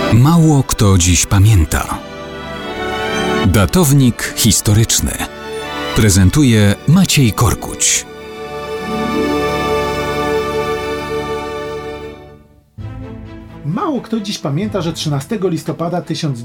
Mało kto dziś pamięta. Datownik historyczny prezentuje Maciej Korkuć. Mało kto dziś pamięta, że 13 listopada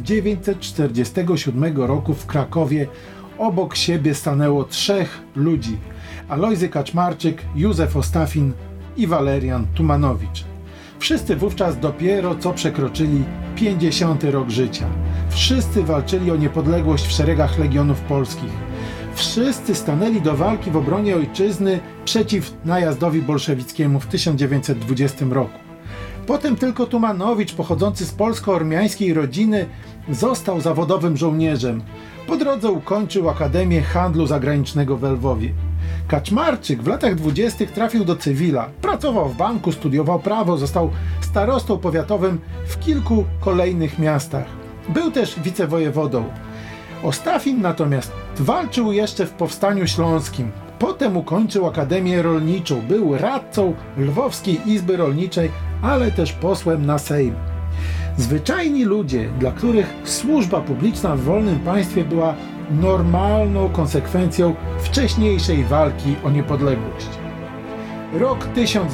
1947 roku w Krakowie obok siebie stanęło trzech ludzi: Alojzy Kaczmarczyk, Józef Ostafin i Walerian Tumanowicz. Wszyscy wówczas dopiero co przekroczyli 50. rok życia. Wszyscy walczyli o niepodległość w szeregach Legionów Polskich. Wszyscy stanęli do walki w obronie ojczyzny przeciw najazdowi bolszewickiemu w 1920 roku. Potem tylko Tumanowicz, pochodzący z polsko-ormiańskiej rodziny, został zawodowym żołnierzem. Po drodze ukończył Akademię Handlu Zagranicznego w Lwowie. Kaczmarczyk w latach 20. trafił do cywila. Pracował w banku, studiował prawo, został starostą powiatowym w kilku kolejnych miastach. Był też wicewojewodą. Ostafin natomiast walczył jeszcze w Powstaniu Śląskim. Potem ukończył Akademię Rolniczą. Był radcą Lwowskiej Izby Rolniczej, ale też posłem na Sejm. Zwyczajni ludzie, dla których służba publiczna w wolnym państwie była normalną konsekwencją wcześniejszej walki o niepodległość. Rok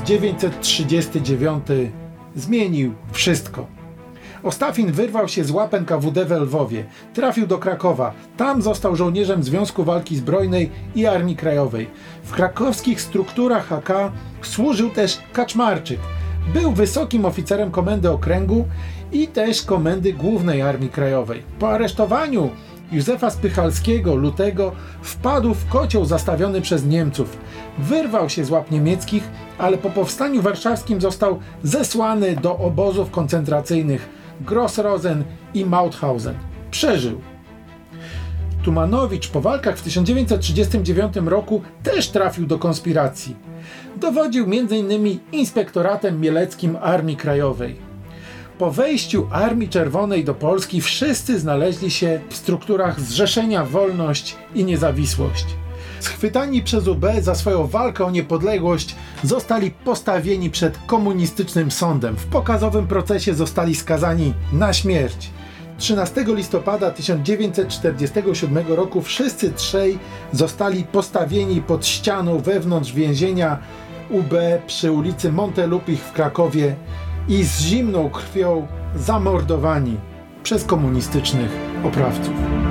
1939 zmienił wszystko. Ostafin wyrwał się z łapen KWD w Lwowie, trafił do Krakowa. Tam został żołnierzem Związku Walki Zbrojnej i Armii Krajowej. W krakowskich strukturach AK służył też Kaczmarczyk. Był wysokim oficerem Komendy Okręgu i też Komendy Głównej Armii Krajowej. Po aresztowaniu Józefa Spychalskiego lutego wpadł w kocioł zastawiony przez Niemców. Wyrwał się z łap niemieckich, ale po powstaniu warszawskim został zesłany do obozów koncentracyjnych Gross-Rosen i Mauthausen. Przeżył. Tumanowicz po walkach w 1939 roku też trafił do konspiracji. Dowodził m.in. Inspektoratem Mieleckim Armii Krajowej. Po wejściu Armii Czerwonej do Polski wszyscy znaleźli się w strukturach Zrzeszenia Wolność i Niezawisłość. Schwytani przez UB za swoją walkę o niepodległość zostali postawieni przed komunistycznym sądem. W pokazowym procesie zostali skazani na śmierć. 13 listopada 1947 roku wszyscy trzej zostali postawieni pod ścianą wewnątrz więzienia UB przy ulicy Montelupich w Krakowie i z zimną krwią zamordowani przez komunistycznych oprawców.